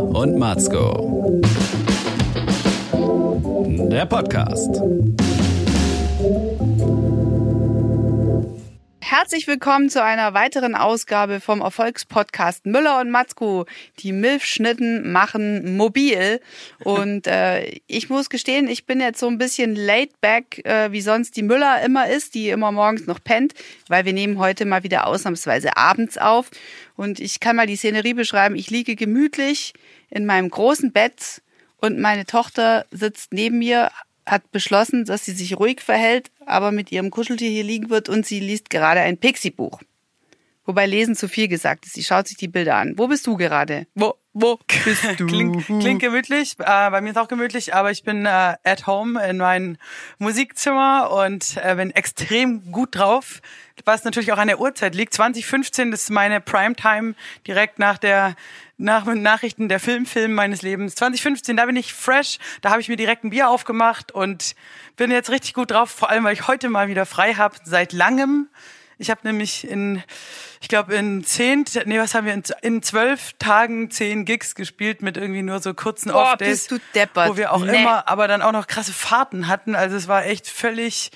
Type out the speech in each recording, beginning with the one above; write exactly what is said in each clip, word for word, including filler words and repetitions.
und Matzko. Der Podcast. Herzlich willkommen zu einer weiteren Ausgabe vom Erfolgspodcast Müller und Matzko. Die Milfschnitten machen mobil. Und äh, ich muss gestehen, ich bin jetzt so ein bisschen laid back, äh, wie sonst die Müller immer ist, die immer morgens noch pennt, weil wir nehmen heute mal wieder ausnahmsweise abends auf. Und ich kann mal die Szenerie beschreiben. Ich liege gemütlich in meinem großen Bett und meine Tochter sitzt neben mir, hat beschlossen, dass sie sich ruhig verhält, aber mit ihrem Kuscheltier hier liegen wird und sie liest gerade ein Pixie-Buch. Wobei Lesen zu viel gesagt ist. Sie schaut sich die Bilder an. Wo bist du gerade? Wo, wo bist du? Klingt, klingt gemütlich. Äh, bei mir ist auch gemütlich, aber ich bin äh, at home in meinem Musikzimmer und äh, bin extrem gut drauf, was natürlich auch an der Uhrzeit liegt. zwanzig fünfzehn, das ist meine Primetime, direkt nach der nach Nachrichten der Filmfilm meines Lebens. zwanzig fünfzehn, da bin ich fresh, da habe ich mir direkt ein Bier aufgemacht und bin jetzt richtig gut drauf, vor allem, weil ich heute mal wieder frei habe, seit langem. Ich habe nämlich in, ich glaube in zehn, nee, was haben wir, in, in zwölf Tagen zehn Gigs gespielt mit irgendwie nur so kurzen Boah, Off-Days, bist du deppert. wo wir auch nee. immer, aber dann auch noch krasse Fahrten hatten. Also es war echt völlig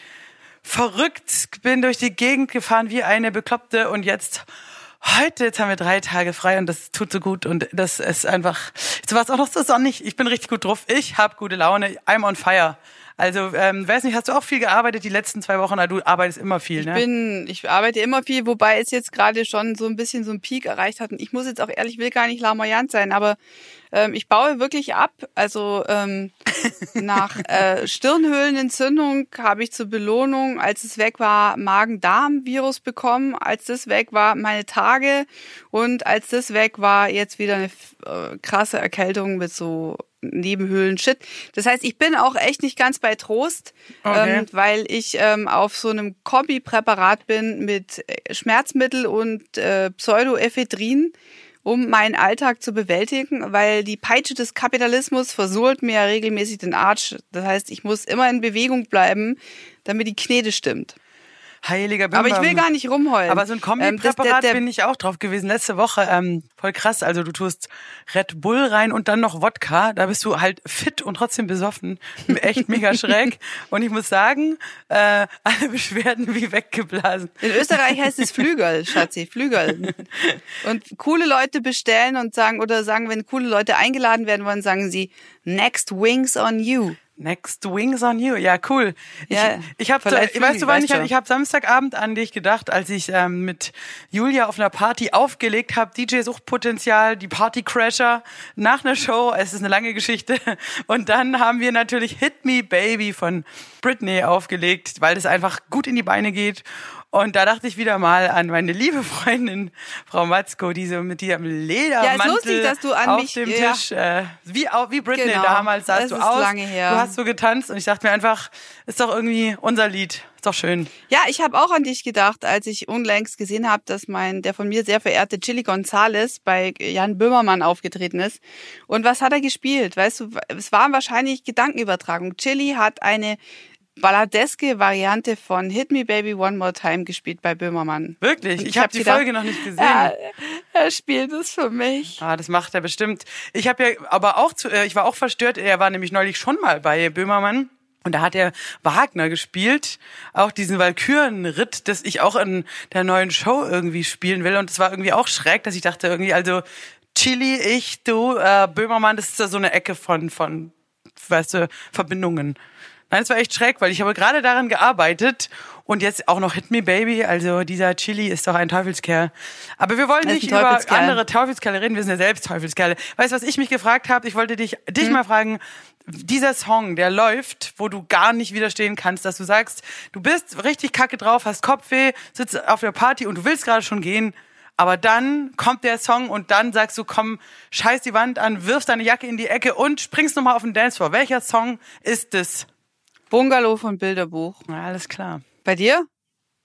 verrückt. Bin durch die Gegend gefahren wie eine Bekloppte und jetzt heute, jetzt haben wir drei Tage frei und das tut so gut und das ist einfach, jetzt war es auch noch so sonnig. Ich bin richtig gut drauf. Ich habe gute Laune. I'm on fire. Also, ähm, weiß nicht, hast du auch viel gearbeitet die letzten zwei Wochen? Du arbeitest immer viel, ne? Ich bin, ich arbeite immer viel, wobei es jetzt gerade schon so ein bisschen so einen Peak erreicht hat. Und ich muss jetzt auch ehrlich, will gar nicht lamoyant sein, aber ähm, ich baue wirklich ab. Also ähm, nach äh, Stirnhöhlenentzündung habe ich zur Belohnung, als es weg war, Magen-Darm-Virus bekommen. Als das weg war, meine Tage. Und als das weg war, jetzt wieder eine äh, krasse Erkältung mit so Nebenhöhlen, shit. Das heißt, ich bin auch echt nicht ganz bei Trost, okay. ähm, weil ich ähm, auf so einem Kombipräparat bin mit Schmerzmittel und äh, Pseudoephedrin, um meinen Alltag zu bewältigen, weil die Peitsche des Kapitalismus versohlt mir ja regelmäßig den Arsch. Das heißt, ich muss immer in Bewegung bleiben, damit die Knete stimmt. Heiliger Bimbam. Aber ich will gar nicht rumheulen. Aber so ein Kombipräparat ähm, bin ich auch drauf gewesen. Letzte Woche, ähm, voll krass. Also du tust Red Bull rein und dann noch Wodka. Da bist du halt fit und trotzdem besoffen. Echt mega schräg. Und ich muss sagen, äh, alle Beschwerden wie weggeblasen. In Österreich heißt es Flügel, Schatzi, Flügel. Und coole Leute bestellen und sagen, oder sagen, wenn coole Leute eingeladen werden wollen, sagen sie, next wings on you. Next Wings on You, ja cool. Ja, ich ich habe, weißt du, wann ich, ich habe Samstagabend an dich gedacht, als ich ähm, mit Julia auf einer Party aufgelegt habe, D J-Suchtpotenzial, die Partycrasher nach einer Show. Es ist eine lange Geschichte. Und dann haben wir natürlich Hit Me Baby von Britney aufgelegt, weil das einfach gut in die Beine geht. Und da dachte ich wieder mal an meine liebe Freundin, Frau Matzko, die so mit ihrem Ledermantel ja, ist lustig, dass du an auf mich, dem ja. Tisch, äh, wie, wie Britney genau. damals, sahst das du ist aus, lange her. du hast so getanzt und ich dachte mir einfach, ist doch irgendwie unser Lied, ist doch schön. Ja, ich habe auch an dich gedacht, als ich unlängst gesehen habe, dass mein, der von mir sehr verehrte Chili Gonzales bei Jan Böhmermann aufgetreten ist. Und was hat er gespielt? Weißt du, es war wahrscheinlich Gedankenübertragung. Chili hat eine balladeske Variante von Hit Me Baby One More Time gespielt bei Böhmermann. Wirklich? Und ich habe hab die gedacht, Folge noch nicht gesehen. Ja, er spielt es für mich. Ah, das macht er bestimmt. Ich habe ja aber auch, zu, ich war auch verstört, er war nämlich neulich schon mal bei Böhmermann. Und da hat er Wagner gespielt, auch diesen Walkürenritt, das ich auch in der neuen Show irgendwie spielen will. Und es war irgendwie auch schräg, dass ich dachte irgendwie, also Chili, ich, du, äh, Böhmermann, das ist ja so eine Ecke von, von, weißt du, Verbindungen. Nein, es war echt schräg, weil ich habe gerade daran gearbeitet und jetzt auch noch Hit Me Baby, also dieser Chili ist doch ein Teufelskerl. Aber wir wollen nicht über andere Teufelskerle reden, wir sind ja selbst Teufelskerle. Weißt du, was ich mich gefragt habe? Ich wollte dich, dich hm. mal fragen, dieser Song, der läuft, wo du gar nicht widerstehen kannst, dass du sagst, du bist richtig kacke drauf, hast Kopfweh, sitzt auf der Party und du willst gerade schon gehen, aber dann kommt der Song und dann sagst du, komm, scheiß die Wand an, wirfst deine Jacke in die Ecke und springst nochmal auf den Dancefloor. Welcher Song ist das? Bungalow von Bilderbuch. Ja, alles klar. Bei dir?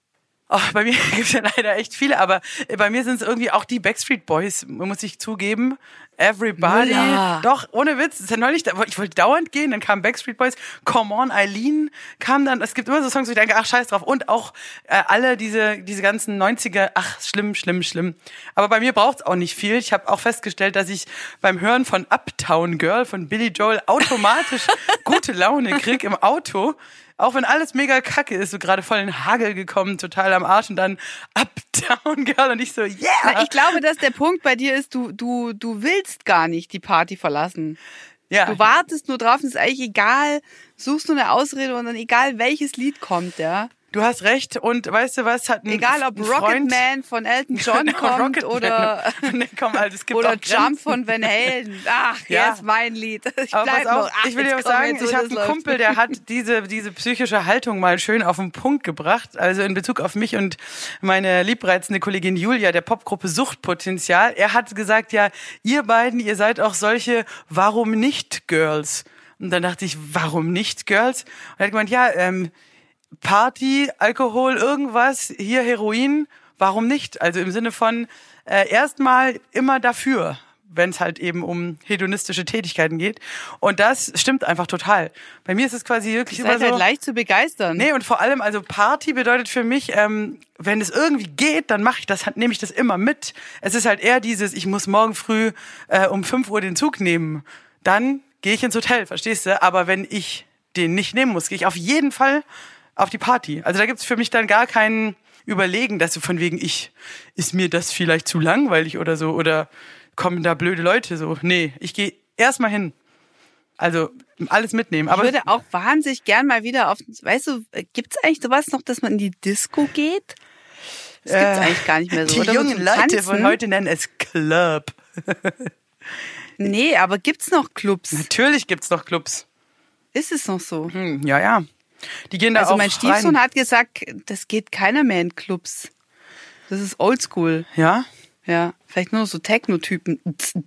Oh, bei mir gibt es ja leider echt viele, aber bei mir sind es irgendwie auch die Backstreet Boys, muss ich zugeben. Everybody. Müller. Doch, ohne Witz. Ist ja neulich, ich wollte dauernd gehen, dann kamen Backstreet Boys, Come On, Eileen kam dann. Es gibt immer so Songs, wo ich denke, ach, scheiß drauf. Und auch äh, alle diese diese ganzen neunziger, ach, schlimm, schlimm, schlimm. Aber bei mir braucht's auch nicht viel. Ich habe auch festgestellt, dass ich beim Hören von Uptown Girl von Billy Joel automatisch gute Laune krieg im Auto. Auch wenn alles mega kacke ist, so gerade voll in den Hagel gekommen, total am Arsch und dann Uptown Girl und ich so, yeah! Na, ich glaube, dass der Punkt bei dir ist, du, du, du willst gar nicht die Party verlassen. Ja. Du wartest nur drauf, es ist eigentlich egal, suchst nur eine Ausrede und dann egal welches Lied kommt, ja. Du hast recht und weißt du was, hat ein Egal ob ein Freund, Rocketman von Elton John Genau, kommt Rocketman. oder, Nee, komm, also, es gibt oder auch Jump von Van Halen. Ach, Ja. ja, ist mein Lied. Ich Aber bleib pass auf, noch. Ach, ich will dir jetzt auch komm, sagen, jetzt, wo ich habe das einen läuft. Kumpel, der hat diese diese psychische Haltung mal schön auf den Punkt gebracht. Also in Bezug auf mich und meine liebreizende Kollegin Julia der Popgruppe Suchtpotenzial. Er hat gesagt, ja, ihr beiden, ihr seid auch solche Warum nicht Girls. Und dann dachte ich, warum nicht Girls? Und er hat gemeint, ja, ähm, Party, Alkohol, irgendwas, hier Heroin, warum nicht? Also im Sinne von äh, erstmal immer dafür, wenn es halt eben um hedonistische Tätigkeiten geht. Und das stimmt einfach total. Bei mir ist es quasi wirklich Ihr immer seid so... halt leicht zu begeistern. Nee, und vor allem, also Party bedeutet für mich, ähm, wenn es irgendwie geht, dann mache ich das, nehme ich das immer mit. Es ist halt eher dieses, ich muss morgen früh äh, um fünf Uhr den Zug nehmen. Dann gehe ich ins Hotel, verstehst du? Aber wenn ich den nicht nehmen muss, gehe ich auf jeden Fall auf die Party. Also da gibt's für mich dann gar kein Überlegen, dass so von wegen, ich, ist mir das vielleicht zu langweilig oder so, oder kommen da blöde Leute so. Nee, ich gehe erstmal hin. Also alles mitnehmen. Aber ich würde auch wahnsinnig gern mal wieder auf, weißt du, gibt's eigentlich sowas noch, dass man in die Disco geht? Das gibt's Äh, eigentlich gar nicht mehr so. die Oder jungen zum Leute Tanzen? von heute nennen es Club. Nee, aber gibt's noch Clubs? Natürlich gibt's noch Clubs. Ist es noch so? Hm, ja, ja. Die gehen da Also auch mein Stiefsohn rein. hat gesagt, das geht keiner mehr in Clubs. Das ist oldschool. Ja? Ja, vielleicht nur so Techno-Typen.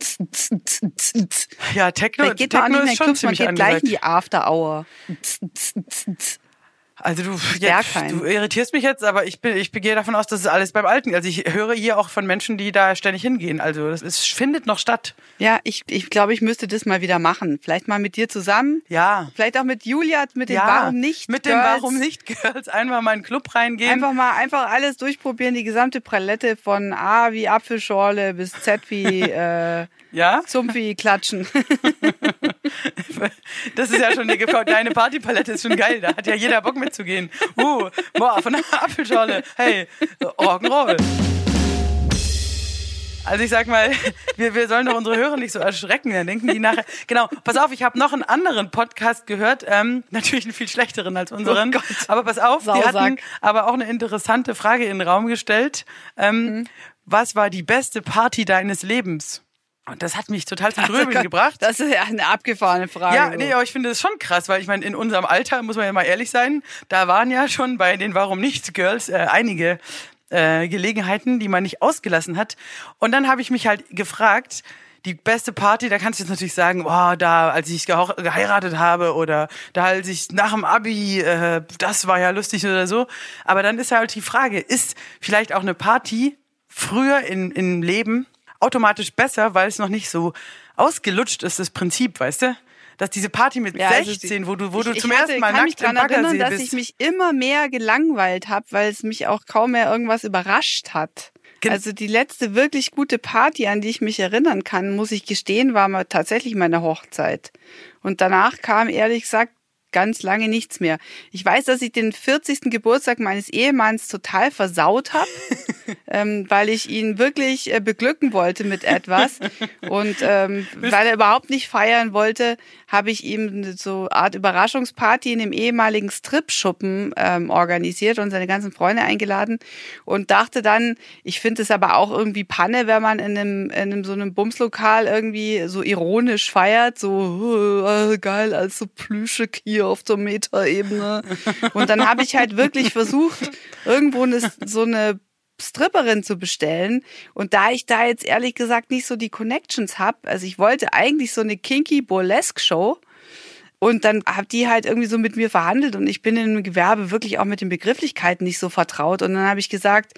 Ja, Techno, Vielleicht geht man auch Techno nicht mehr in ist schon Clubs, man ziemlich geht gleich in angesagt. die After-Hour. Also du, Berghain. jetzt, du irritierst mich jetzt, aber ich bin, ich gehe davon aus, dass es alles beim Alten. Also ich höre hier auch von Menschen, die da ständig hingehen. Also das ist, findet noch statt. Ja, ich, ich glaube, ich müsste das mal wieder machen. Vielleicht mal mit dir zusammen. Ja. Vielleicht auch mit Julia, mit dem Ja, Warum nicht mit dem Girls. Warum nicht Girls einfach mal in den Club reingehen. Einfach mal, einfach alles durchprobieren, die gesamte Palette von A wie Apfelschorle bis Z wie äh, Ja? Zumpf wie Klatschen. Das ist ja schon die Ge- deine Partypalette ist schon geil. Da hat ja jeder Bock mitzugehen. Uh, boah, von der Apfelschorle. Hey, Rock'n'Roll. Also ich sag mal, wir, wir sollen doch unsere Hörer nicht so erschrecken, dann denken die nachher. Genau, pass auf, ich habe noch einen anderen Podcast gehört, ähm, natürlich einen viel schlechteren als unseren. Oh Gott. Aber pass auf, die Sausack. hatten aber auch eine interessante Frage in den Raum gestellt. Ähm, Mhm. Was war die beste Party deines Lebens? Und das hat mich total zum Grübeln Also, gebracht. Das ist ja eine abgefahrene Frage. Ja, so. nee, aber ich finde das schon krass, weil ich meine, in unserem Alter, muss man ja mal ehrlich sein, da waren ja schon bei den Warum nicht Girls äh, einige äh, Gelegenheiten, die man nicht ausgelassen hat. Und dann habe ich mich halt gefragt, die beste Party, da kannst du jetzt natürlich sagen, oh, da, als ich geho- geheiratet habe oder da, als ich nach dem Abi, äh, das war ja lustig oder so. Aber dann ist halt die Frage, ist vielleicht auch eine Party früher in, im Leben automatisch besser, weil es noch nicht so ausgelutscht ist, das Prinzip, weißt du? Dass diese Party mit Ja, also sechzehn, wo du, wo ich, du ich zum hatte, ersten Mal kann mich nackt im daran erinnern, Baggersee dass bist. ich mich immer mehr gelangweilt habe, weil es mich auch kaum mehr irgendwas überrascht hat. Gen- Also die letzte wirklich gute Party, an die ich mich erinnern kann, muss ich gestehen, war mal tatsächlich meine Hochzeit. Und danach kam ehrlich gesagt ganz lange nichts mehr. Ich weiß, dass ich den vierzigsten Geburtstag meines Ehemanns total versaut habe, ähm, weil ich ihn wirklich äh, beglücken wollte mit etwas. Und ähm, weil er überhaupt nicht feiern wollte, habe ich ihm so eine Art Überraschungsparty in dem ehemaligen Stripschuppen ähm, organisiert und seine ganzen Freunde eingeladen und dachte dann, ich finde es aber auch irgendwie Panne, wenn man in einem, in einem so einem Bumslokal irgendwie so ironisch feiert, so äh, geil als so Plüschig hier auf der Metaebene. Und dann habe ich halt wirklich versucht, irgendwo eine, so eine Stripperin zu bestellen. Und da ich da jetzt ehrlich gesagt nicht so die Connections habe, also ich wollte eigentlich so eine kinky Burlesque-Show, Und dann hat die halt irgendwie so mit mir verhandelt und ich bin im Gewerbe wirklich auch mit den Begrifflichkeiten nicht so vertraut. Und dann habe ich gesagt,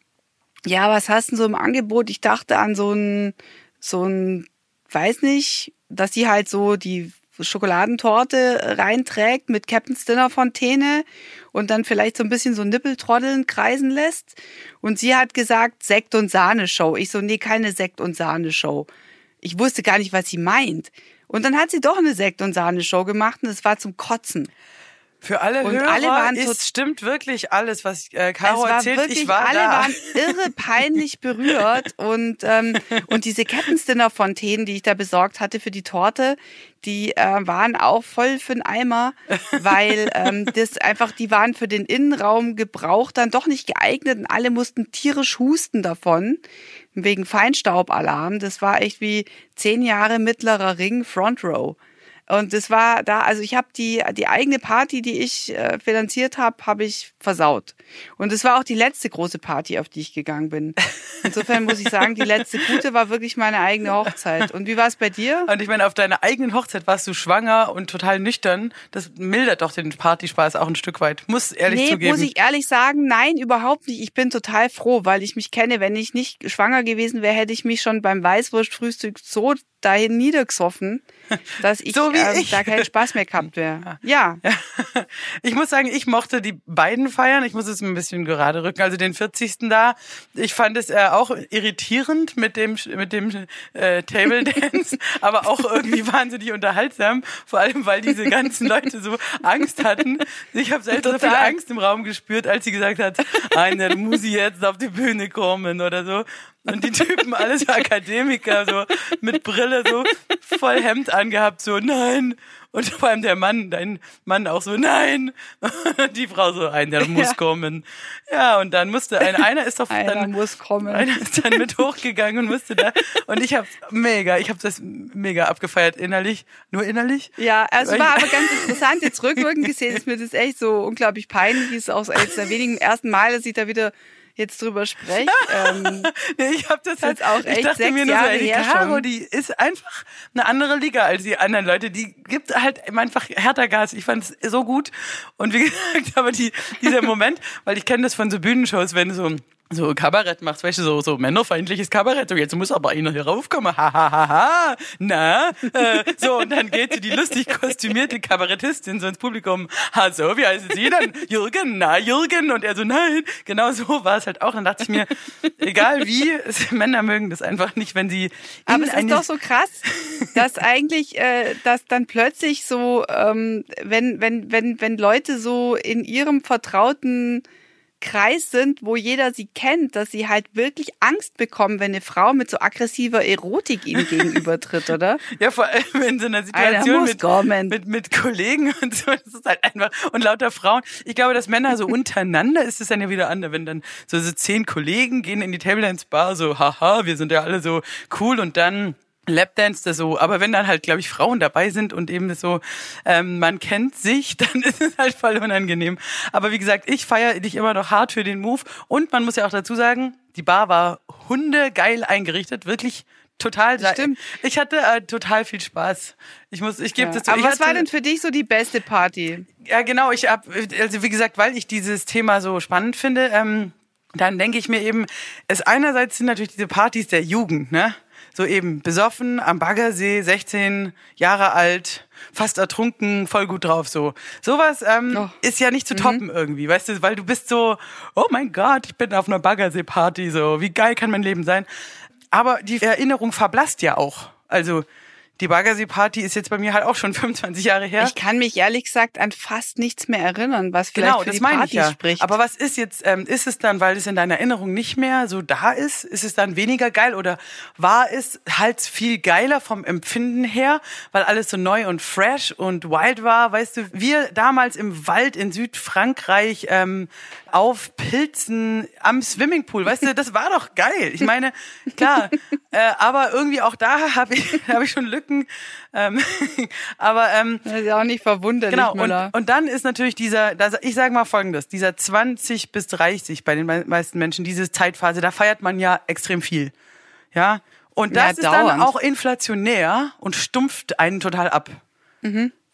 ja, was hast du denn so im Angebot? Ich dachte an so ein, so ein, weiß nicht, dass sie halt so die Schokoladentorte reinträgt mit Captain's Dinner Fontäne und dann vielleicht so ein bisschen so Nippeltroddeln kreisen lässt. Und sie hat gesagt, Sekt- und Sahne-Show. Ich so, nee, keine Sekt- und Sahne-Show. Ich wusste gar nicht, was sie meint. Und dann hat sie doch eine Sekt- und Sahne-Show gemacht und es war zum Kotzen. Für alle und Hörer alle waren ist, stimmt wirklich alles, was äh, Caro es war erzählt. Wirklich, ich war alle da. waren irre peinlich berührt und ähm, und diese Captain's Dinner Fontänen, die ich da besorgt hatte für die Torte, die äh, waren auch voll für den Eimer, weil ähm, das einfach, die waren für den Innenraum Gebrauch dann doch nicht geeignet und alle mussten tierisch husten davon wegen Feinstaubalarm. Das war echt wie zehn Jahre mittlerer Ring Front Row. Und das war da, also ich habe die die eigene Party, die ich äh, finanziert habe, habe ich versaut. Und es war auch die letzte große Party, auf die ich gegangen bin. Insofern muss ich sagen, die letzte gute war wirklich meine eigene Hochzeit. Und wie war es bei dir? Und ich meine, auf deiner eigenen Hochzeit warst du schwanger und total nüchtern. Das mildert doch den Partyspaß auch ein Stück weit. Muss ehrlich nee, zugeben. muss ich ehrlich sagen, nein, überhaupt nicht. Ich bin total froh, weil ich mich kenne. Wenn ich nicht schwanger gewesen wäre, hätte ich mich schon beim Weißwurstfrühstück so dahin niedergesoffen, dass ich, so wie ähm, ich. da keinen Spaß mehr gehabt wäre. Ja. Ja. Ich muss sagen, ich mochte die beiden feiern. Ich muss es ein bisschen gerade rücken. Also den vierzigsten da. Ich fand es äh, auch irritierend mit dem mit dem äh, Table Dance, aber auch irgendwie wahnsinnig unterhaltsam. Vor allem, weil diese ganzen Leute so Angst hatten. Ich habe selbst so viel Angst im Raum gespürt, als sie gesagt hat, einer muss jetzt auf die Bühne kommen oder so. Und die Typen, alles Akademiker, so mit Brille, so voll Hemd angehabt, so nein. Und vor allem der Mann, dein Mann auch so, nein. Die Frau so, einer muss ja. kommen. Ja, und dann musste, ein, einer ist doch einer dann, muss kommen. einer ist dann mit hochgegangen und musste da. Und ich hab's mega, ich hab das mega abgefeiert innerlich. Nur innerlich? Ja, also es war aber ganz interessant. Jetzt rückwirkend gesehen ist mir das echt so unglaublich peinlich. Es ist auch eines der wenigen ersten Mal, dass ich da wieder jetzt drüber spreche. Ähm, nee, ich hab das halt auch ich echt dachte sechs mir nur Jahre so, ey, die her Caro, schon. die ist einfach eine andere Liga als die anderen Leute. Die gibt halt einfach härter Gas. Ich fand es so gut. Und wie gesagt, aber die, dieser Moment, weil ich kenne das von so Bühnenshows, wenn so so Kabarett machst, weißt du, so, so männerfeindliches Kabarett, so jetzt muss aber einer hier raufkommen, ha, ha, ha, ha, na, äh, so, und dann geht so die lustig kostümierte Kabarettistin so ins Publikum, ha, so, wie heißen Sie dann? Jürgen, na, Jürgen, und er so, nein, genau so war es halt auch, dann dachte ich mir, egal wie, es, Männer mögen das einfach nicht, wenn sie aber es ist doch so krass, dass eigentlich, äh, dass dann plötzlich so, ähm, wenn, wenn, wenn, wenn Leute so in ihrem vertrauten Kreis sind, wo jeder sie kennt, dass sie halt wirklich Angst bekommen, wenn eine Frau mit so aggressiver Erotik ihnen gegenübertritt, oder? Ja, vor allem in so einer Situation mit, kommen. mit mit Kollegen und so, das ist halt einfach, und lauter Frauen. Ich glaube, dass Männer so untereinander ist es dann ja wieder anders, wenn dann so, so zehn Kollegen gehen in die Table Dance Bar, so, haha, wir sind ja alle so cool, und dann Lapdance das so, aber wenn dann halt, glaube ich, Frauen dabei sind und eben das so, ähm, man kennt sich, dann ist es halt voll unangenehm. Aber wie gesagt, ich feiere dich immer noch hart für den Move, und man muss ja auch dazu sagen, die Bar war hundegeil eingerichtet, wirklich total. Stimmt. Ich hatte äh, total viel Spaß. Ich muss, ich gebe Ja. das zu. Aber ich was hatte, war denn für dich so die beste Party? Ja, genau, ich hab, also wie gesagt, weil ich dieses Thema so spannend finde, ähm, dann denke ich mir eben, es einerseits sind natürlich diese Partys der Jugend, ne? So eben besoffen am Baggersee, sechzehn Jahre alt, fast ertrunken, voll gut drauf, so. Sowas ähm, Oh. ist ja nicht zu toppen irgendwie, weißt du, weil du bist so, oh mein Gott, ich bin auf einer Baggersee-Party, so, wie geil kann mein Leben sein? Aber die Erinnerung verblasst ja auch. Also die Baggersee-Party ist jetzt bei mir halt auch schon fünfundzwanzig Jahre her. Ich kann mich ehrlich gesagt an fast nichts mehr erinnern, was vielleicht Genau, für das die meine Party ich ja. spricht. Aber was ist jetzt, ähm, ist es dann, weil es in deiner Erinnerung nicht mehr so da ist, ist es dann weniger geil, oder war es halt viel geiler vom Empfinden her, weil alles so neu und fresh und wild war? Weißt du, wir damals im Wald in Südfrankreich ähm, auf Pilzen am Swimmingpool, weißt du, das war doch geil. Ich meine, klar, äh, aber irgendwie auch da habe ich, hab ich schon Lücken. Ähm, aber ähm, das ist ja auch nicht verwunderlich, genau, und, Müller. und dann ist natürlich dieser, das, ich sage mal Folgendes, dieser zwanzig bis dreißig bei den mei- meisten Menschen, diese Zeitphase, da feiert man ja extrem viel. Ja, und das Ja, ist dann dauernd. auch inflationär und stumpft einen total ab. Mhm.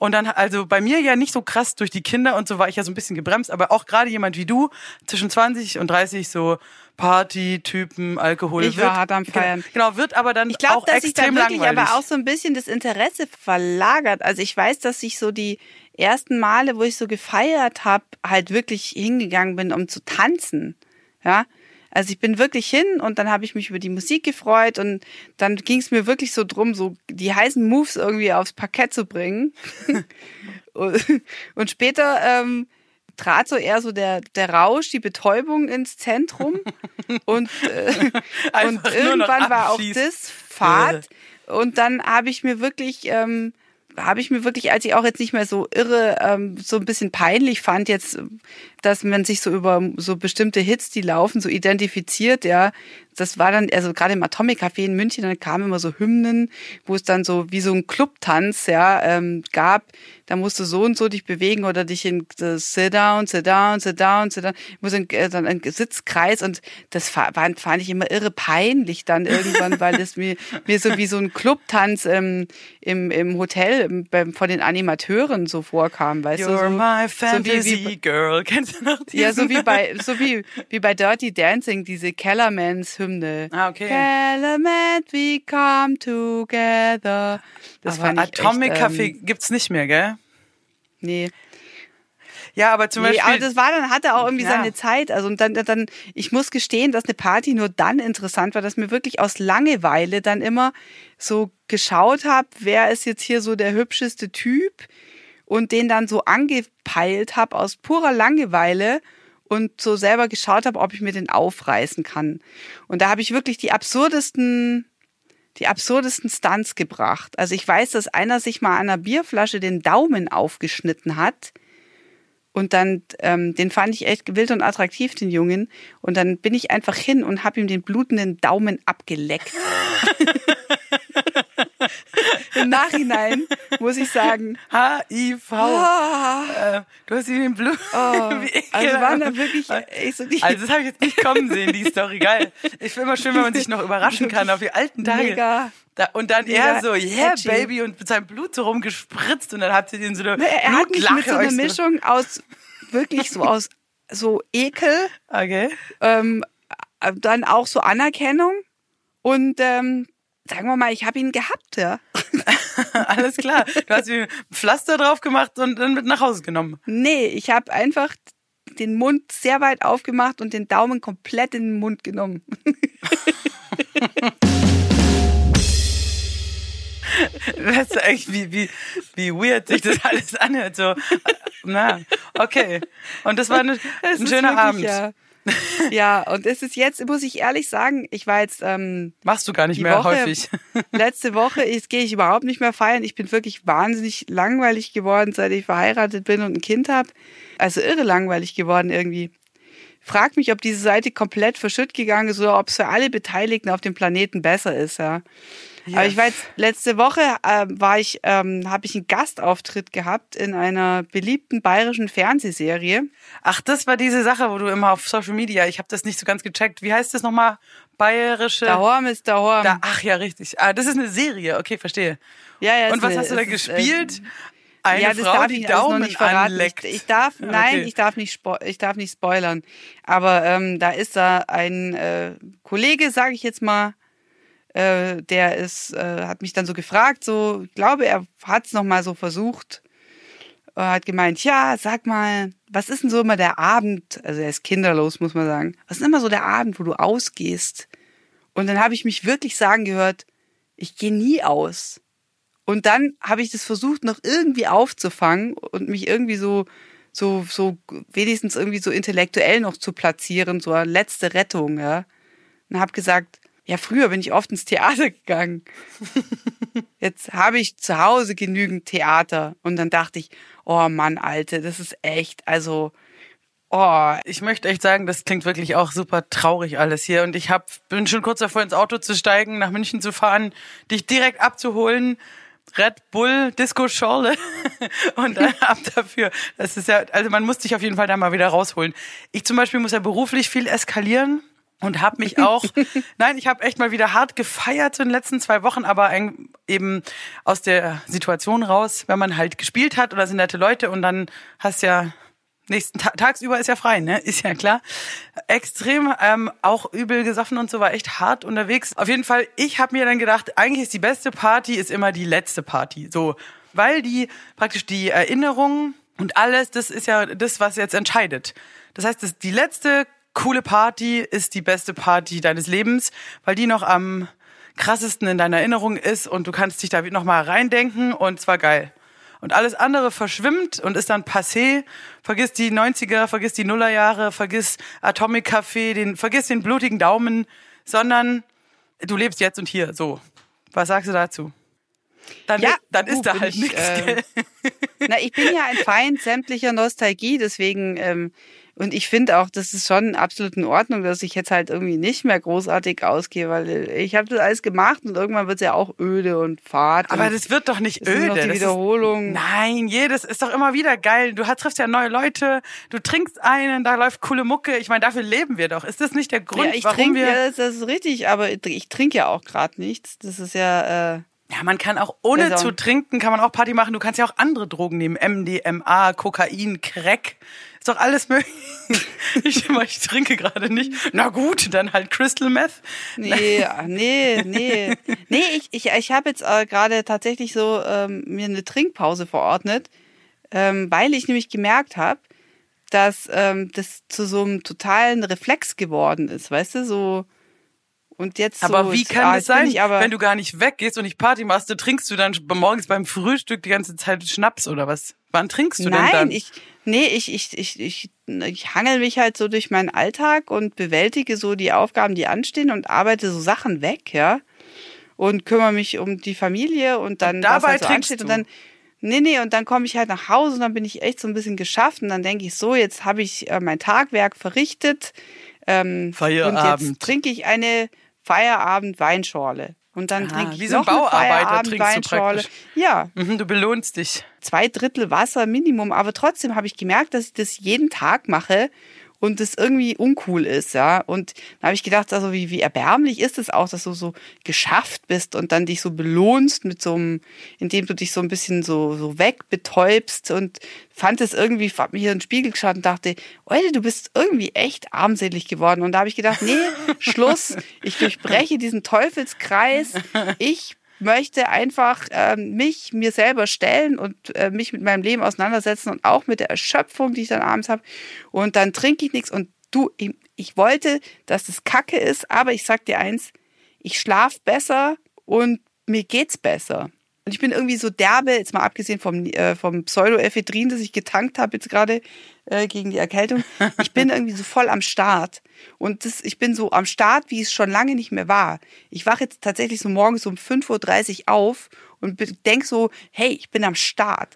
Und dann, also bei mir ja nicht so krass durch die Kinder und so war ich ja so ein bisschen gebremst, aber auch gerade jemand wie du, zwischen zwanzig und dreißig, so Party-Typen, Alkohol. Ich wird, war hart am Feiern. Genau, wird aber dann ich glaub, auch dass extrem sich da wirklich langweilig. aber auch so ein bisschen das Interesse verlagert. Also ich weiß, dass ich so die ersten Male, wo ich so gefeiert habe, halt wirklich hingegangen bin, um zu tanzen. Ja, also ich bin wirklich hin und dann habe ich mich über die Musik gefreut und dann ging es mir wirklich so drum, so die heißen Moves irgendwie aufs Parkett zu bringen. Und später ähm, trat so eher so der, der Rausch, die Betäubung ins Zentrum und, äh, und irgendwann war auch das Fahrt und dann habe ich mir wirklich... Ähm, habe ich mir wirklich, als ich auch jetzt nicht mehr so irre, ähm, so ein bisschen peinlich fand jetzt, dass man sich so über so bestimmte Hits, die laufen, so identifiziert, ja. Das war dann, also gerade im Atomic Café in München, dann kamen immer so Hymnen, wo es dann so wie so ein Clubtanz, ja, ähm, gab. Da musst du so und so dich bewegen oder dich in uh, sit down, sit down, sit down, sit down. Ich muss in, äh, dann ein Sitzkreis und das fand, fand ich immer irre peinlich dann irgendwann, weil das mir, mir so wie so ein Clubtanz ähm, im, im Hotel im, beim, von den Animateuren so vorkam, weißt You're du? So, my fantasy so wie, wie, girl. Kennst du noch diesen? Ja, so wie bei, so wie, wie bei Dirty Dancing, diese Kellermans Hymne. Ah, okay. Kellerman, we come together. Das aber fand ich Atomic echt, Café ähm, gibt's nicht mehr, gell? Nee. Ja, aber zum Nee, Beispiel... aber das war dann, hatte auch irgendwie Ja. seine Zeit. Also, und dann, dann, ich muss gestehen, dass eine Party nur dann interessant war, dass mir wirklich aus Langeweile dann immer so geschaut habe, wer ist jetzt hier so der hübscheste Typ und den dann so angepeilt habe aus purer Langeweile und so selber geschaut habe, ob ich mir den aufreißen kann. Und da habe ich wirklich die absurdesten, die absurdesten Stunts gebracht. Also ich weiß, dass einer sich mal an einer Bierflasche den Daumen aufgeschnitten hat. Und dann, ähm, den fand ich echt wild und attraktiv, den Jungen. Und dann bin ich einfach hin und habe ihm den blutenden Daumen abgeleckt. Im Nachhinein muss ich sagen, H I V. oh, Äh, du hast ihn im Blut. oh, also waren da wirklich, ich so die, Also das habe ich jetzt nicht kommen sehen, die Story. Geil. Ich finde immer schön, wenn man sich noch überraschen kann auf die alten Tage. mega. Da, und dann Mega er so, yeah, edgy. Baby, und mit seinem Blut so rumgespritzt und dann hat sie den so eine Ne, er hat mich mit Blutlache so einer euch so- Mischung aus, wirklich so aus, so Ekel, Okay. ähm, dann auch so Anerkennung und, ähm, sagen wir mal, ich habe ihn gehabt, ja. Alles klar. Du hast mir ein Pflaster drauf gemacht und dann mit nach Hause genommen. Nee, ich habe einfach den Mund sehr weit aufgemacht und den Daumen komplett in den Mund genommen. Weißt du eigentlich, wie, wie, wie weird sich das alles anhört? So, na, okay. Und das war eine, Das ein ist schöner wirklich, Abend. Ja. Ja, und es ist jetzt, muss ich ehrlich sagen, ich war jetzt ähm, Machst du gar nicht die mehr Woche, häufig. letzte Woche jetzt gehe ich überhaupt nicht mehr feiern. Ich bin wirklich wahnsinnig langweilig geworden, seit ich verheiratet bin und ein Kind habe. Also irre langweilig geworden irgendwie. Frag mich, ob diese Seite komplett verschütt gegangen ist oder ob es für alle Beteiligten auf dem Planeten besser ist, ja. Ja. Aber ich war jetzt, letzte Woche äh, war ich, ähm, habe ich einen Gastauftritt gehabt in einer beliebten bayerischen Fernsehserie. Ach, das war diese Sache, wo du immer auf Social Media, ich habe das nicht so ganz gecheckt. Wie heißt das nochmal? Bayerische... Dahorm ist Dahorm. Da, ach ja, richtig. Ah, das ist eine Serie. Okay, verstehe. Ja, ja, Und es was ist- hast du da es ist, gespielt? ähm, Eine ja, das Frau, darf die ich alles noch Daumen nicht verraten. anleckt. Ich, ich darf, nein, Okay. ich darf nicht, spo ich darf nicht spoilern. Aber ähm, da ist da ein äh, Kollege, sage ich jetzt mal, äh, der ist, äh, hat mich dann so gefragt, so, ich glaube, er hat es noch mal so versucht, äh, hat gemeint, ja, sag mal, was ist denn so immer der Abend? Also er ist kinderlos, muss man sagen. Was ist denn immer so der Abend, wo du ausgehst? Und dann habe ich mich wirklich sagen gehört, ich gehe nie aus. Und dann habe ich das versucht, noch irgendwie aufzufangen und mich irgendwie so, so, so wenigstens irgendwie so intellektuell noch zu platzieren, so eine letzte Rettung, ja. Und habe gesagt, ja, früher bin ich oft ins Theater gegangen. Jetzt habe ich zu Hause genügend Theater. Und dann dachte ich, oh Mann, Alte, das ist echt, also, oh, Ich möchte echt sagen, das klingt wirklich auch super traurig alles hier. Und ich hab, bin schon kurz davor, ins Auto zu steigen, nach München zu fahren, dich direkt abzuholen. Red Bull, Disco Schorle und dann ab dafür. Das ist ja, also man muss dich auf jeden Fall da mal wieder rausholen. Ich zum Beispiel muss ja beruflich viel eskalieren und habe mich auch, nein, ich habe echt mal wieder hart gefeiert so in den letzten zwei Wochen, aber ein, eben aus der Situation raus, wenn man halt gespielt hat oder sind nette Leute und dann hast ja nächsten Ta- tagsüber ist ja frei, ne? Ist ja klar. Extrem, ähm, auch übel gesoffen und so, war echt hart unterwegs. Auf jeden Fall, ich habe mir dann gedacht, eigentlich ist die beste Party ist immer die letzte Party. So, weil die praktisch die Erinnerungen und alles, das ist ja das, was jetzt entscheidet. Das heißt, das, die letzte coole Party ist die beste Party deines Lebens, weil die noch am krassesten in deiner Erinnerung ist und du kannst dich da noch mal reindenken und zwar geil. Und alles andere verschwimmt und ist dann passé. Vergiss die neunziger, vergiss die Nullerjahre, vergiss Atomic Café, den, vergiss den blutigen Daumen, sondern du lebst jetzt und hier. So, was sagst du dazu? Dann, Ja, dann uh, ist da bin halt ich, nichts, äh, gell? Na, ich bin ja ein Feind sämtlicher Nostalgie, deswegen, ähm, und ich finde auch, das ist schon absolut in Ordnung, dass ich jetzt halt irgendwie nicht mehr großartig ausgehe, weil ich habe das alles gemacht und irgendwann wird es ja auch öde und fad. Aber und das wird doch nicht das ist nur öde. noch die Das Wiederholung. Ist, nein, jedes ist doch immer wieder geil. Du hast- triffst ja neue Leute, du trinkst einen, da läuft coole Mucke. Ich meine, dafür leben wir doch. Ist das nicht der Grund, Ja, ich warum trinke, wir... ja, das ist richtig, aber ich trinke ja auch gerade nichts. Das ist ja, äh, Ja, man kann auch ohne Also- zu trinken, kann man auch Party machen. Du kannst ja auch andere Drogen nehmen. M D M A, Kokain, Crack. Ist doch alles möglich. Ich, ich trinke gerade nicht. Na gut, dann halt Crystal Meth. nee, nee, nee. Nee, ich, ich, ich habe jetzt äh, gerade tatsächlich so ähm, mir eine Trinkpause verordnet, ähm, weil ich nämlich gemerkt habe, dass ähm, das zu so einem totalen Reflex geworden ist, weißt du, so. Und jetzt Aber so, wie jetzt, kann ah, das jetzt bin sein, ich aber, wenn du gar nicht weggehst und nicht Party machst, du trinkst du dann morgens beim Frühstück die ganze Zeit Schnaps oder was? Wann trinkst du denn dann? Nein, ich, nee, ich, ich, ich, ich, ich hangel mich halt so durch meinen Alltag und bewältige so die Aufgaben, die anstehen und arbeite so Sachen weg, ja. Und kümmere mich um die Familie und dann, Und dabei was halt so trinkst ansteht. du? Und dann, nee, nee, und dann komme ich halt nach Hause und dann bin ich echt so ein bisschen geschafft und dann denke ich so, jetzt habe ich äh, mein Tagwerk verrichtet. Ähm, Feierabend. Und jetzt trinke ich eine Feierabend-Weinschorle. Und dann Ah, trinke ich wie so ein noch eine Bauarbeiter trinkst du Feierabend-Weinschorle. praktisch. Ja, Mhm, du belohnst dich. zwei Drittel Wasser Minimum, aber trotzdem habe ich gemerkt, dass ich das jeden Tag mache und das irgendwie uncool ist, ja. Und da habe ich gedacht, also wie, wie erbärmlich ist es auch, dass du so geschafft bist und dann dich so belohnst mit so einem, indem du dich so ein bisschen so, so wegbetäubst und fand es irgendwie, hab mir hier in den Spiegel geschaut und dachte, Alter, du bist irgendwie echt armselig geworden. Und da habe ich gedacht, nee, Schluss, ich durchbreche diesen Teufelskreis, ich möchte einfach äh, mich mir selber stellen und äh, mich mit meinem Leben auseinandersetzen und auch mit der Erschöpfung, die ich dann abends habe. Und dann trinke ich nichts. Und du, ich, ich wollte, dass das Kacke ist, aber ich sag dir eins, ich schlaf besser und mir geht's besser. Und ich bin irgendwie so derbe, jetzt mal abgesehen vom, äh, vom Pseudoephedrin, das ich getankt habe jetzt gerade äh, gegen die Erkältung. Ich bin irgendwie so voll am Start. Und das, ich bin so am Start, wie es schon lange nicht mehr war. Ich wache jetzt tatsächlich so morgens um fünf Uhr dreißig auf und denk so, hey, ich bin am Start.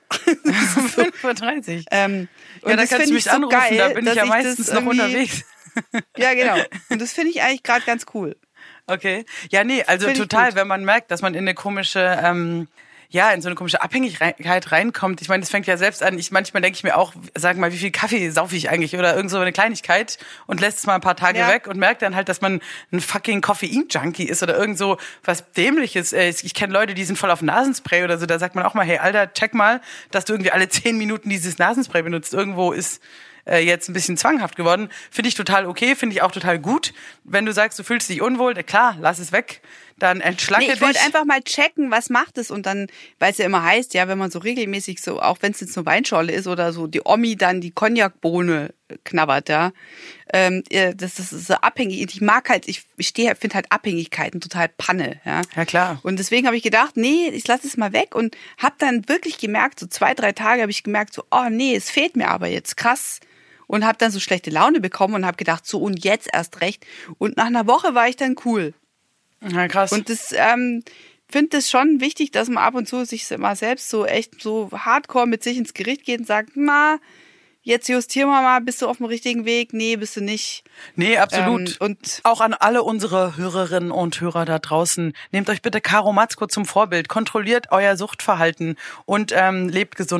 fünf Uhr dreißig. Ähm, Ja, und da das kannst du finde mich ich so anrufen, geil, da bin ich dass ja das meistens noch irgendwie- unterwegs. Ja, genau. Und das finde ich eigentlich gerade ganz cool. Okay. Ja, nee, also Find ich total, gut. wenn man merkt, dass man in eine komische, ähm, ja, in so eine komische Abhängigkeit reinkommt. Ich meine, das fängt ja selbst an. Ich manchmal denke ich mir auch, sag mal, wie viel Kaffee saufe ich eigentlich oder irgend so eine Kleinigkeit und lässt es mal ein paar Tage Ja. weg und merkt dann halt, dass man ein fucking Koffein-Junkie ist oder irgend so was Dämliches. Äh, Ich kenne Leute, die sind voll auf Nasenspray oder so. Da sagt man auch mal, hey, Alter, check mal, dass du irgendwie alle zehn Minuten dieses Nasenspray benutzt. Irgendwo ist äh, jetzt ein bisschen zwanghaft geworden. Finde ich total okay, finde ich auch total gut. Wenn du sagst, du fühlst dich unwohl, klar, lass es weg. Dann entschlacke Nee, ich dich. wollte einfach mal checken, was macht es und dann, weil es ja immer heißt, ja, wenn man so regelmäßig so, auch wenn es jetzt eine Weinschorle ist oder so, die Omi dann die Cognac-Bohne knabbert, ja, ähm, äh, das, das ist so abhängig. Ich mag halt, ich stehe, finde halt Abhängigkeiten total Panne, ja. Ja, klar. Und deswegen habe ich gedacht, nee, ich lasse es mal weg und habe dann wirklich gemerkt, so zwei, drei Tage habe ich gemerkt, so, oh nee, es fehlt mir aber jetzt krass. Und habe dann so schlechte Laune bekommen und habe gedacht, so und jetzt erst recht. Und nach einer Woche war ich dann cool. Ja, krass. Und das ähm, finde es schon wichtig, dass man ab und zu sich mal selbst so echt so hardcore mit sich ins Gericht geht und sagt, na, jetzt justieren wir mal, bist du auf dem richtigen Weg? Nee, bist du nicht. Nee, absolut. Ähm, und auch an alle unsere Hörerinnen und Hörer da draußen. Nehmt euch bitte Caro Matzko zum Vorbild. Kontrolliert euer Suchtverhalten und ähm, lebt gesund.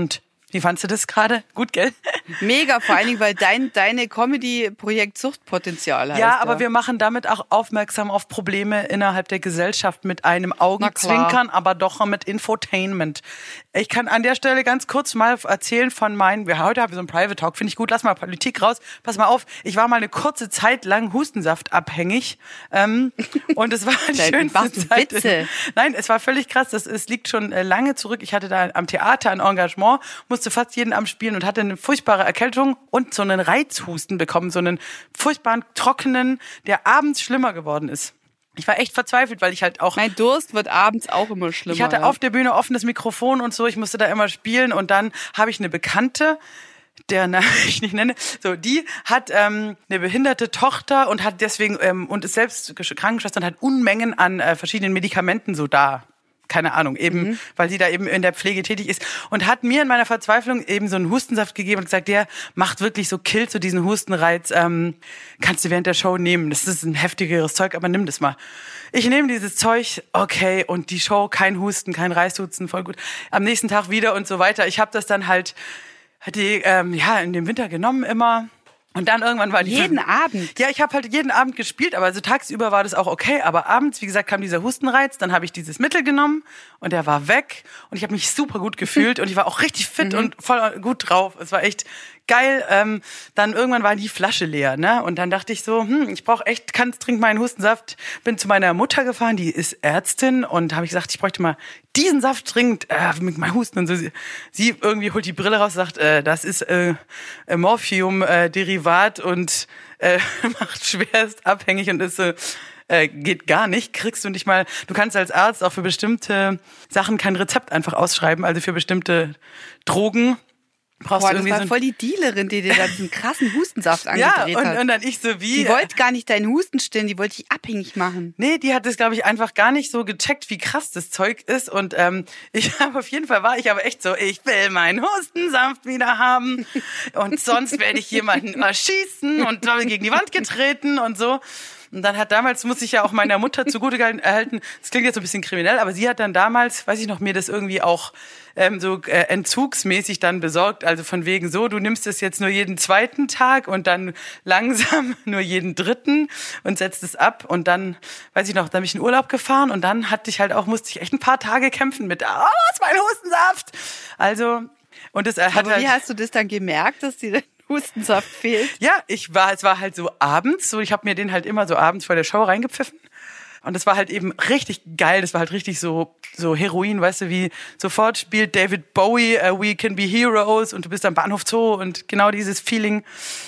Wie fandst du das gerade? Gut, gell? Mega, vor allen Dingen, weil dein deine Comedy-Projekt Suchtpotenzial heißt. Ja, aber ja. wir machen damit auch aufmerksam auf Probleme innerhalb der Gesellschaft mit einem Augenzwinkern, aber doch mit Infotainment. Ich kann an der Stelle ganz kurz mal erzählen von meinen, wir heute haben wir so einen Private Talk, finde ich gut, lass mal Politik raus. Pass mal auf, ich war mal eine kurze Zeit lang Hustensaft-abhängig ähm, und es war die schönste Zeit. Witze. Nein, es war völlig krass, das, es liegt schon lange zurück. Ich hatte da am Theater ein Engagement, musste fast jeden Abend spielen und hatte eine furchtbare Erkältung und so einen Reizhusten bekommen, so einen furchtbaren, trockenen, der abends schlimmer geworden ist. Ich war echt verzweifelt, weil ich halt auch... Mein Durst wird abends auch immer schlimmer. Ich hatte ja. auf der Bühne offenes Mikrofon und so, ich musste da immer spielen und dann habe ich eine Bekannte, der Name ich nicht nenne, so die hat ähm, eine behinderte Tochter und hat deswegen ähm, und ist selbst Krankenschwester und hat Unmengen an äh, verschiedenen Medikamenten so da. Keine Ahnung, eben, mhm. weil sie da eben in der Pflege tätig ist und hat mir in meiner Verzweiflung eben so einen Hustensaft gegeben und gesagt, der macht wirklich so, killt so diesen Hustenreiz, ähm, kannst du während der Show nehmen. Das ist ein heftigeres Zeug, aber nimm das mal. Ich nehme dieses Zeug, okay, und die Show, kein Husten, kein Reishusten, voll gut. Am nächsten Tag wieder und so weiter. Ich habe das dann halt, die, ähm, ja, in dem Winter genommen immer. Und dann irgendwann war die... Jeden Abend? Ja, ich habe halt jeden Abend gespielt, aber also tagsüber war das auch okay. Aber abends, wie gesagt, kam dieser Hustenreiz, dann habe ich dieses Mittel genommen und der war weg. Und ich habe mich super gut gefühlt und ich war auch richtig fit mhm. und voll gut drauf. Es war echt geil. Ähm, dann irgendwann war die Flasche leer, ne? Und dann dachte ich so, hm, ich brauche echt, kannst trink meinen Hustensaft. Bin zu meiner Mutter gefahren, die ist Ärztin und habe ich gesagt, ich bräuchte mal diesen Saft dringend äh, mit meinem Husten und so. Sie, sie irgendwie holt die Brille raus, sagt, äh, das ist äh, Morphium-Derivat äh, und äh, macht schwerst abhängig und ist so, äh, geht gar nicht. Kriegst du nicht mal, du kannst als Arzt auch für bestimmte Sachen kein Rezept einfach ausschreiben, also für bestimmte Drogen. Brauchst Boah, du irgendwie das war so voll die Dealerin, die dir da diesen krassen Hustensaft angedreht ja, und, hat. und dann ich so wie... Die wollte gar nicht deinen Husten stillen, die wollte dich abhängig machen. Nee, die hat das, glaube ich, einfach gar nicht so gecheckt, wie krass das Zeug ist. Und ähm, ich habe auf jeden Fall war ich aber echt so, ich will meinen Hustensaft wieder haben. Und sonst werde ich jemanden erschießen und gegen die Wand getreten und so. Und dann hat damals, muss ich ja auch meiner Mutter zugute erhalten, das klingt jetzt so ein bisschen kriminell, aber sie hat dann damals, weiß ich noch, mir das irgendwie auch ähm, so äh, entzugsmäßig dann besorgt, also von wegen so, du nimmst es jetzt nur jeden zweiten Tag und dann langsam nur jeden dritten und setzt es ab und dann, weiß ich noch, dann bin ich in Urlaub gefahren und dann hatte ich halt auch, musste ich echt ein paar Tage kämpfen mit, oh, ist mein Hustensaft! Also, und das äh, hat aber halt... wie hast du das dann gemerkt, dass dir Hustensaft fehlt? Ja, ich war, es war halt so abends, so ich habe mir den halt immer so abends vor der Show reingepfiffen. Und das war halt eben richtig geil, das war halt richtig so so Heroin, weißt du, wie sofort spielt David Bowie uh, We Can Be Heroes und du bist am Bahnhof Zoo und genau dieses Feeling.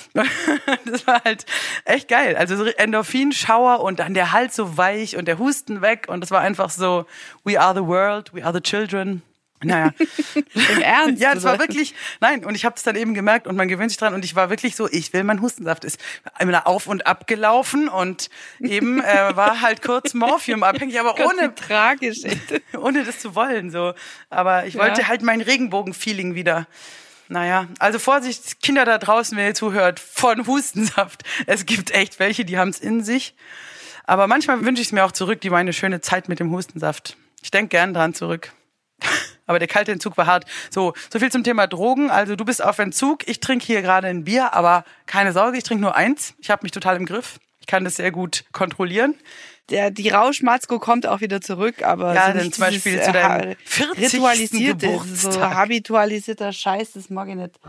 Das war halt echt geil. Also so Endorphin-Schauer und dann der Hals so weich und der Husten weg und das war einfach so We are the world, we are the children. Naja. Im Ernst? Ja, das war wirklich, nein, und ich habe es dann eben gemerkt und man gewöhnt sich dran und ich war wirklich so, ich will mein Hustensaft, ist immer auf und ab gelaufen und eben äh, war halt kurz Morphium abhängig, aber ohne tragisch, ohne das zu wollen so, aber ich wollte ja. halt mein Regenbogen-Feeling wieder. Naja, also Vorsicht, Kinder da draußen, wenn ihr zuhört, von Hustensaft. Es gibt echt welche, die haben es in sich, aber manchmal wünsche ich es mir auch zurück, die meine schöne Zeit mit dem Hustensaft. Ich denke gern dran zurück. Aber der kalte Entzug war hart. So, so viel zum Thema Drogen. Also du bist auf Entzug. Ich trinke hier gerade ein Bier, aber keine Sorge, ich trinke nur eins. Ich habe mich total im Griff. Ich kann das sehr gut kontrollieren. Der, die Rauschmatzko kommt auch wieder zurück, aber ja, so dann nicht zum Beispiel dieses, zu deinem äh, vierzigsten ritualisierte, Geburtstag. so habitualisierter Scheiß, das mag ich nicht.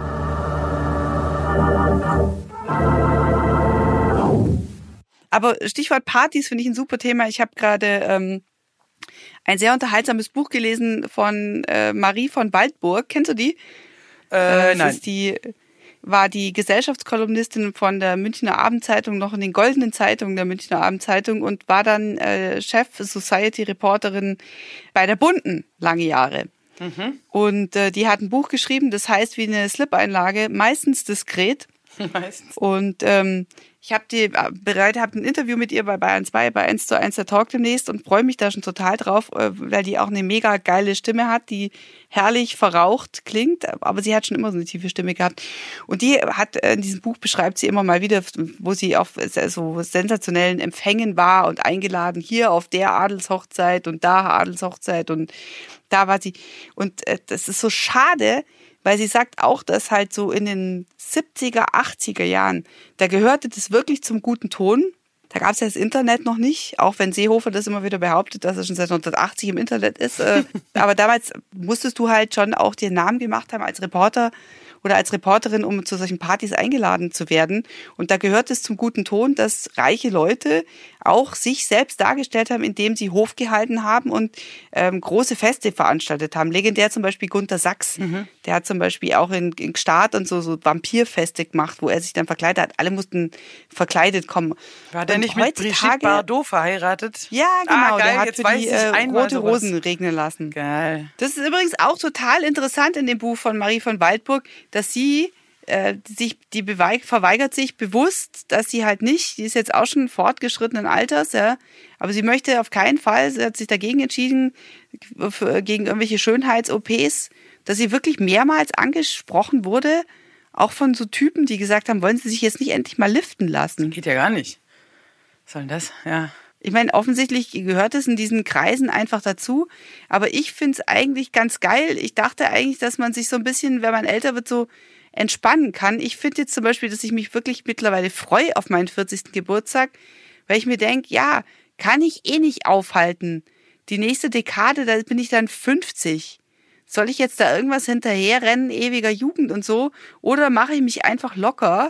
Aber Stichwort Partys finde ich ein super Thema. Ich habe gerade ähm, ein sehr unterhaltsames Buch gelesen von äh, Marie von Waldburg. Kennst du die? Äh, das nein. Ist die, war die Gesellschaftskolumnistin von der Münchner Abendzeitung, noch in den goldenen Zeitungen der Münchner Abendzeitung und war dann äh, Chef Society-Reporterin bei der Bunten lange Jahre. Mhm. Und äh, die hat ein Buch geschrieben, das heißt wie eine Slip-Einlage, meistens diskret. Meistens. Und ähm, ich habe die bereit, habe ein Interview mit ihr bei Bayern zwei, bei eins zu eins der Talk demnächst und freue mich da schon total drauf, weil die auch eine mega geile Stimme hat, die herrlich verraucht klingt, aber sie hat schon immer so eine tiefe Stimme gehabt. Und die hat in diesem Buch beschreibt sie immer mal wieder, wo sie auf so sensationellen Empfängen war und eingeladen, hier auf der Adelshochzeit und da Adelshochzeit und da war sie. Und das ist so schade, weil sie sagt auch, dass halt so in den siebziger, achtziger Jahren, da gehörte das wirklich zum guten Ton. Da gab es ja das Internet noch nicht, auch wenn Seehofer das immer wieder behauptet, dass er schon seit neunzehnhundertachtzig im Internet ist. Aber damals musstest du halt schon auch dir einen Namen gemacht haben als Reporter oder als Reporterin, um zu solchen Partys eingeladen zu werden. Und da gehört es zum guten Ton, dass reiche Leute auch sich selbst dargestellt haben, indem sie Hof gehalten haben und ähm, große Feste veranstaltet haben. Legendär zum Beispiel Gunter Sachs. Mhm. Der hat zum Beispiel auch in, in Gstaad und so, so Vampirfeste gemacht, wo er sich dann verkleidet hat. Alle mussten verkleidet kommen. War der und nicht mit Brigitte Bardot verheiratet? Ja, genau. Ah, geil, der hat jetzt für weiß die ich äh, rote sowas. Rosen regnen lassen. Geil. Das ist übrigens auch total interessant in dem Buch von Marie von Waldburg, dass sie äh, sich, die beweig, verweigert sich bewusst, dass sie halt nicht, die ist jetzt auch schon fortgeschrittenen Alters, ja, aber sie möchte auf keinen Fall, sie hat sich dagegen entschieden, für, gegen irgendwelche Schönheits-O Ps, dass sie wirklich mehrmals angesprochen wurde, auch von so Typen, die gesagt haben, wollen sie sich jetzt nicht endlich mal liften lassen? Geht ja gar nicht. Was soll denn das? Ja. Ich meine, offensichtlich gehört es in diesen Kreisen einfach dazu. Aber ich finde es eigentlich ganz geil. Ich dachte eigentlich, dass man sich so ein bisschen, wenn man älter wird, so entspannen kann. Ich finde jetzt zum Beispiel, dass ich mich wirklich mittlerweile freue auf meinen vierzigsten Geburtstag, weil ich mir denke, ja, kann ich eh nicht aufhalten. Die nächste Dekade, da bin ich dann fünfzig. Soll ich jetzt da irgendwas hinterherrennen, ewiger Jugend und so? Oder mache ich mich einfach locker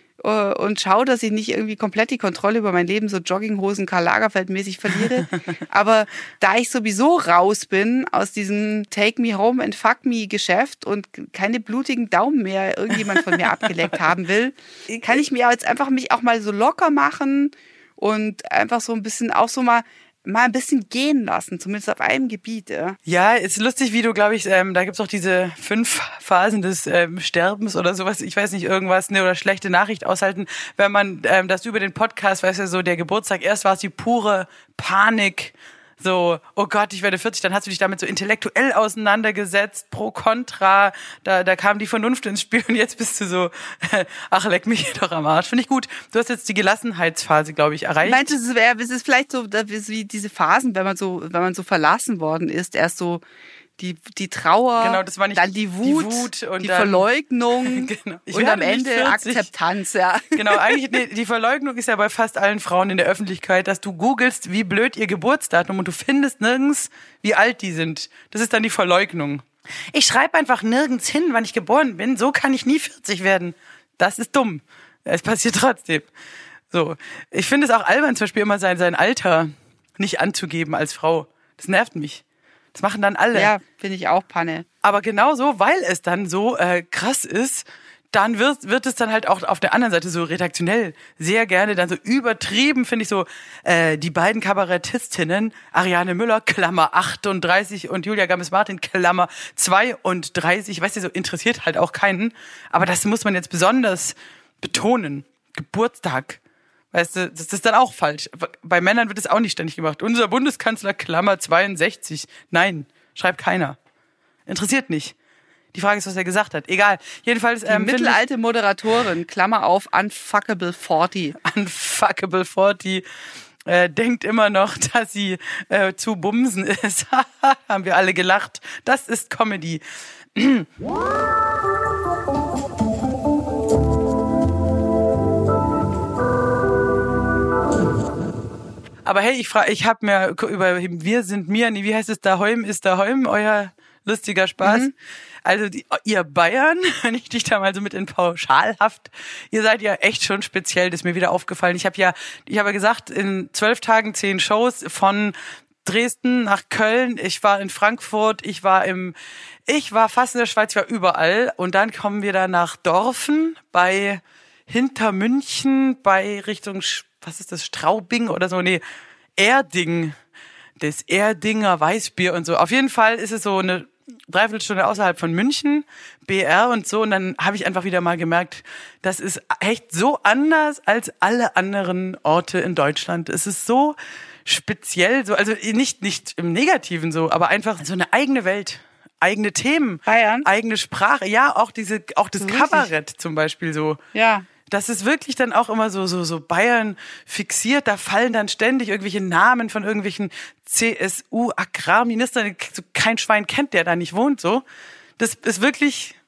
und schaue, dass ich nicht irgendwie komplett die Kontrolle über mein Leben so Jogginghosen Karl Lagerfeld mäßig verliere. Aber da ich sowieso raus bin aus diesem Take me home and fuck me Geschäft und keine blutigen Daumen mehr irgendjemand von mir abgeleckt haben will, kann ich mir jetzt einfach mich auch mal so locker machen und einfach so ein bisschen auch so mal mal ein bisschen gehen lassen, zumindest auf einem Gebiet. Ja, ja, ist lustig, wie du, glaube ich, ähm, da gibt's auch diese fünf Phasen des ähm, Sterbens oder sowas, ich weiß nicht, irgendwas, ne, oder schlechte Nachricht aushalten. Wenn man ähm, das über den Podcast, weißt du, so der Geburtstag, erst war es die pure Panik, so, oh Gott, ich werde vierzig, dann hast du dich damit so intellektuell auseinandergesetzt, pro, contra, da, da kam die Vernunft ins Spiel und jetzt bist du so, ach, leck mich doch am Arsch. Finde ich gut. Du hast jetzt die Gelassenheitsphase, glaube ich, erreicht. Meinst du, es wäre, es ist vielleicht so wie diese Phasen, wenn man so, wenn man so verlassen worden ist, erst so die, die Trauer, genau, das war nicht dann die Wut, die, Wut und die dann, Verleugnung genau. und am Ende Akzeptanz, ja. Genau, eigentlich, nee, die Verleugnung ist ja bei fast allen Frauen in der Öffentlichkeit, dass du googelst, wie blöd ihr Geburtsdatum und du findest nirgends, wie alt die sind. Das ist dann die Verleugnung. Ich schreibe einfach nirgends hin, wann ich geboren bin, so kann ich nie vierzig werden. Das ist dumm. Es passiert trotzdem. So. Ich finde es auch albern, zum Beispiel immer sein, sein Alter nicht anzugeben als Frau. Das nervt mich. Das machen dann alle. Ja, finde ich auch Panne. Aber genauso, weil es dann so äh, krass ist, dann wird, wird es dann halt auch auf der anderen Seite so redaktionell sehr gerne dann so übertrieben, finde ich so, äh, die beiden Kabarettistinnen, Ariane Müller, Klammer achtunddreißig und Julia Gammes-Martin, Klammer zweiunddreißig, weißt du, so interessiert halt auch keinen. Aber das muss man jetzt besonders betonen. Geburtstag. Weißt du, das ist dann auch falsch. Bei Männern wird es auch nicht ständig gemacht. Unser Bundeskanzler, Klammer zweiundsechzig. Nein, schreibt keiner. Interessiert nicht. Die Frage ist, was er gesagt hat. Egal. Jedenfalls. Die ähm, mittelalte Moderatorin, Klammer auf, Unfuckable vierzig. Unfuckable vierzig. Äh, denkt immer noch, dass sie äh, zu bumsen ist. Haben wir alle gelacht. Das ist Comedy. Aber hey, ich frage, ich habe mir über Wir sind mir, nee, wie heißt es, daheim ist daheim, euer lustiger Spaß. Mhm. Also die, ihr Bayern, wenn ich dich da mal so mit in Pauschalhaft, ihr seid ja echt schon speziell, das ist mir wieder aufgefallen. Ich habe ja, ich habe ja gesagt, in zwölf Tagen zehn Shows von Dresden nach Köln, ich war in Frankfurt, ich war im, ich war fast in der Schweiz, ich war überall und dann kommen wir da nach Dorfen bei Hintermünchen, bei Richtung, was ist das, Straubing oder so, nee, Erding, das Erdinger Weißbier und so. Auf jeden Fall ist es so eine Dreiviertelstunde außerhalb von München, B R und so. Und dann habe ich einfach wieder mal gemerkt, das ist echt so anders als alle anderen Orte in Deutschland. Es ist so speziell, so, also nicht, nicht im Negativen so, aber einfach so eine eigene Welt. Eigene Themen, Bayern? Eigene Sprache, ja, auch diese, auch das So Kabarett zum Beispiel so. Ja. Das ist wirklich dann auch immer so, so, so Bayern fixiert. Da fallen dann ständig irgendwelche Namen von irgendwelchen C S U-Agrarministern. Kein Schwein kennt, der da nicht wohnt, so. Das ist wirklich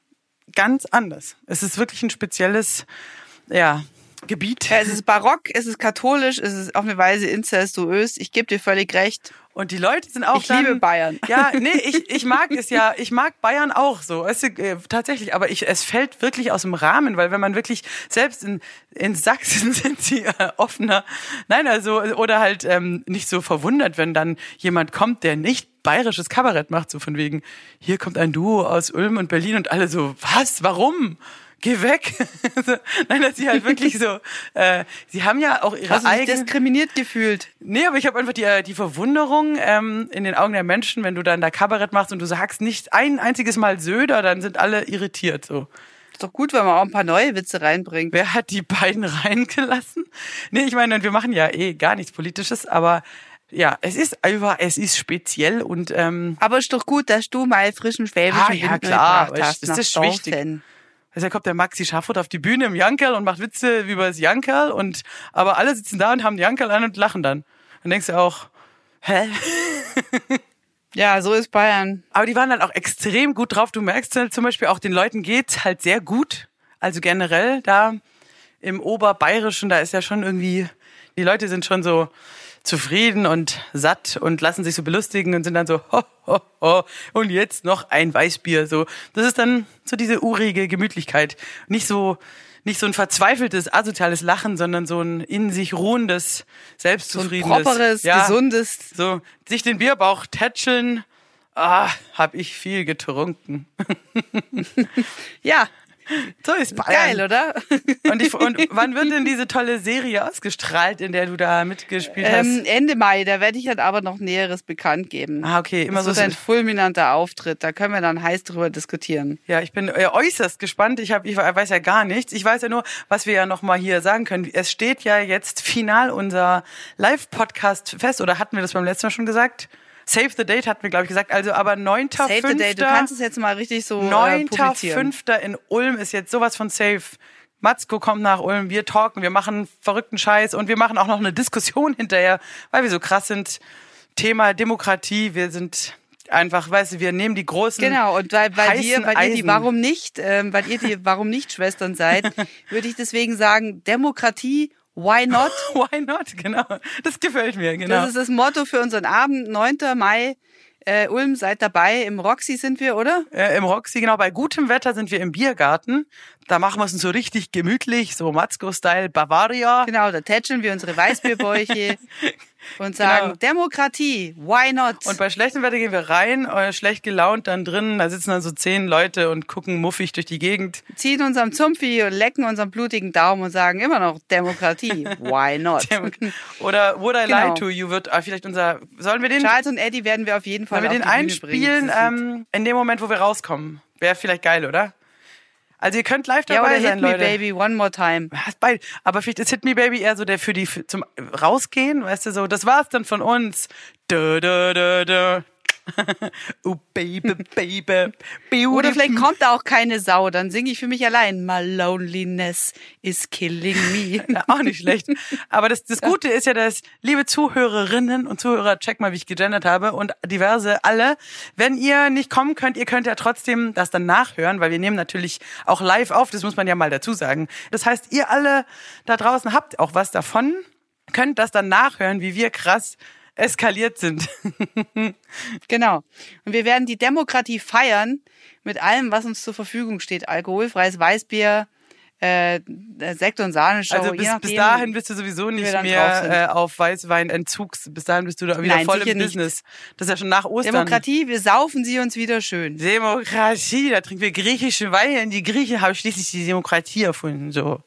ganz anders. Es ist wirklich ein spezielles, ja, Gebiet. Ja, es ist barock, es ist katholisch, es ist auf eine Weise inzestuös. Ich gebe dir völlig recht. Und die Leute sind auch Ich dann, liebe Bayern. Ja, nee, ich, ich mag es ja, ich mag Bayern auch so, weißt du, äh, tatsächlich, aber ich, es fällt wirklich aus dem Rahmen, weil wenn man wirklich, selbst in, in Sachsen sind sie äh, offener, nein, also, oder halt ähm, nicht so verwundert, wenn dann jemand kommt, der nicht bayerisches Kabarett macht, so von wegen, hier kommt ein Duo aus Ulm und Berlin und alle so, was, warum? Geh weg. Nein, dass sie halt wirklich so, äh, sie haben ja auch ihre Hast du dich eigene... diskriminiert gefühlt? Nee, aber ich habe einfach die, äh, die Verwunderung ähm, in den Augen der Menschen, wenn du dann da Kabarett machst und du sagst nicht ein einziges Mal Söder, dann sind alle irritiert. So. Ist doch gut, wenn man auch ein paar neue Witze reinbringt. Wer hat die beiden reingelassen? Nee, ich meine, wir machen ja eh gar nichts Politisches, aber ja, es ist einfach, es ist speziell und ähm, Aber ist doch gut, dass du mal frischen schwäbischen ah, ja, Wind klar, mitgebracht hast. das ist nach wichtig. Dorfen. Also da kommt der Maxi Schaffer auf die Bühne im Jankerl und macht Witze über das Jankerl und aber alle sitzen da und haben die Jankerl an und lachen dann. Dann denkst du auch, hä? Ja, so ist Bayern. Aber die waren halt auch extrem gut drauf. Du merkst halt zum Beispiel auch, den Leuten geht's halt sehr gut. Also generell da im Oberbayerischen, da ist ja schon irgendwie, die Leute sind schon so zufrieden und satt und lassen sich so belustigen und sind dann so, ho, ho, ho, und jetzt noch ein Weißbier, so. Das ist dann so diese urige Gemütlichkeit. Nicht so, nicht so ein verzweifeltes, asoziales Lachen, sondern so ein in sich ruhendes, selbstzufriedenes. So ein properes, gesundes. So, sich den Bierbauch tätscheln. Ah, hab ich viel getrunken. Ja. So ist Bayern. Geil, oder? Und, ich, und wann wird denn diese tolle Serie ausgestrahlt, in der du da mitgespielt hast? Ähm, Ende Mai, da werde ich halt aber noch Näheres bekannt geben. Ah, okay, immer das so. wird ein fulminanter Auftritt, da können wir dann heiß drüber diskutieren. Ja, ich bin äh, äußerst gespannt. Ich, hab, ich weiß ja gar nichts. Ich weiß ja nur, was wir ja noch mal hier sagen können. Es steht ja jetzt final unser Live-Podcast fest. Oder hatten wir das beim letzten Mal schon gesagt? Save the Date hatten wir, glaube ich, gesagt. Also aber neunter Save the Date, du kannst es jetzt mal richtig so neunter äh, publizieren. fünfter in Ulm ist jetzt sowas von safe. Matzko kommt nach Ulm, wir talken, wir machen verrückten Scheiß und wir machen auch noch eine Diskussion hinterher, weil wir so krass sind. Thema Demokratie, wir sind einfach, weißt du, wir nehmen die großen Genau, und weil, weil, heißen ihr, weil ihr die Eisen. Warum nicht, ähm, weil ihr die Warum nicht Schwestern seid, würde ich deswegen sagen, Demokratie, why not? Why not, genau. Das gefällt mir, genau. Das ist das Motto für unseren Abend, neunter Mai. Äh, Ulm, seid dabei. Im Roxy sind wir, oder? Äh, Im Roxy, genau. Bei gutem Wetter sind wir im Biergarten. Da machen wir es uns so richtig gemütlich, so Matzko-Style Bavaria. Genau, da tätscheln wir unsere Weißbierbäuche und sagen, Genau. Demokratie, why not? Und bei schlechtem Wetter gehen wir rein, äh, schlecht gelaunt dann drin. Da sitzen dann so zehn Leute und gucken muffig durch die Gegend. Ziehen unserem Zumpfi und lecken unseren blutigen Daumen und sagen immer noch Demokratie, why not? Oder Would I Genau. Lie to You wird äh, vielleicht unser... Sollen wir den, Charles und Eddie werden wir auf jeden Fall sollen wir auf den die Bühne bringen, einspielen dieses Lied. ähm, in dem Moment, wo wir rauskommen? Wäre vielleicht geil, oder? Also ihr könnt live Ja, dabei oder sein, Hit Me Leute. Baby, one more time. Hast beid- Aber vielleicht ist Hit Me Baby eher so der für die für, zum Rausgehen, weißt du, so, das war's dann von uns. Da, da, da, da. Oh baby, baby. Oder vielleicht kommt da auch keine Sau, dann singe ich für mich allein. My loneliness is killing me. Ja, auch nicht schlecht. Aber das, das Gute ist ja, dass, liebe Zuhörerinnen und Zuhörer, check mal, wie ich gegendert habe, und diverse alle, wenn ihr nicht kommen könnt, ihr könnt ja trotzdem das dann nachhören, weil wir nehmen natürlich auch live auf, das muss man ja mal dazu sagen. Das heißt, ihr alle da draußen habt auch was davon, könnt das dann nachhören, wie wir krass eskaliert sind. Genau. Und wir werden die Demokratie feiern mit allem, was uns zur Verfügung steht. Alkoholfreies Weißbier, äh, Sekt und Sahneshow. Also je bis, nachdem, bis dahin bist du sowieso wir nicht dann drauf sind. mehr äh, auf Weißweinentzugs. Bis dahin bist du da wieder Nein, voll sicher im nicht. Business. Das ist ja schon nach Ostern. Demokratie, wir saufen sie uns wieder schön. Demokratie, da trinken wir griechische Weine. Die Griechen haben schließlich die Demokratie erfunden. So.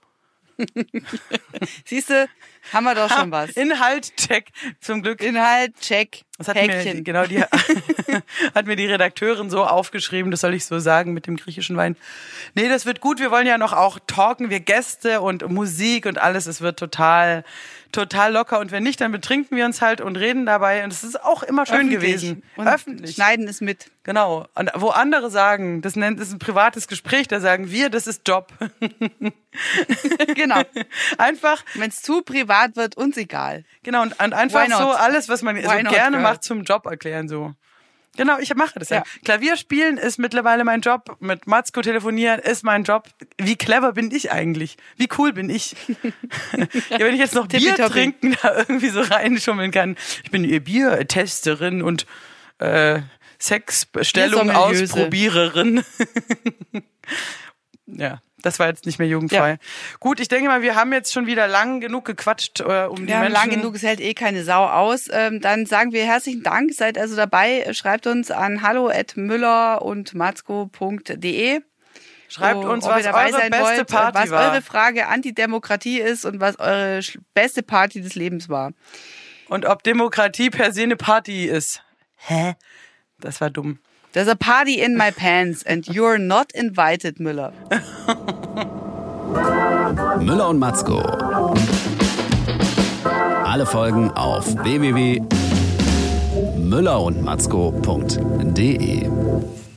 Siehst du, haben wir doch schon was. Inhalt, check. Zum Glück. Inhalt, check, Das hat mir, Häkchen. genau, die, hat mir die Redakteurin so aufgeschrieben, das soll ich so sagen mit dem griechischen Wein. Nee, das wird gut. Wir wollen ja noch auch talken, wir Gäste und Musik und alles. Es wird total, total locker. Und wenn nicht, dann betrinken wir uns halt und reden dabei. Und es ist auch immer schön Öffentlich. gewesen. Und Öffentlich. schneiden es mit. Genau. Und wo andere sagen, das nennt es ein privates Gespräch, da sagen wir, das ist Job. Genau. Einfach, Wenn es zu privat wird, uns egal. genau, und, und einfach Why not? so alles, was man so Why not, gerne girl? macht, zum Job erklären, so. Genau, ich mache das ja. ja. Klavier spielen ist mittlerweile mein Job. Mit Matzko telefonieren ist mein Job. Wie clever bin ich eigentlich? Wie cool bin ich? ja, wenn ich jetzt noch Bier trinken da irgendwie so reinschummeln kann. Ich bin ihr Biertesterin und äh, Sexbestellung Ausprobiererin. ja. Das war jetzt nicht mehr jugendfrei. Ja. Gut, ich denke mal, wir haben jetzt schon wieder lang genug gequatscht äh, um die ja, Menschen. Lang genug, es hält eh keine Sau aus. Ähm, dann sagen wir herzlichen Dank, seid also dabei. Schreibt uns an hallo at müller und matzko punkt de. Schreibt uns, was eure beste wollt, Party was war. Was eure Frage Antidemokratie ist und was eure beste Party des Lebens war. Und ob Demokratie per se eine Party ist. Hä? Das war dumm. There's a party in my pants and you're not invited, Müller. Müller und Matzko. Alle Folgen auf w w w punkt müller und matzko punkt de.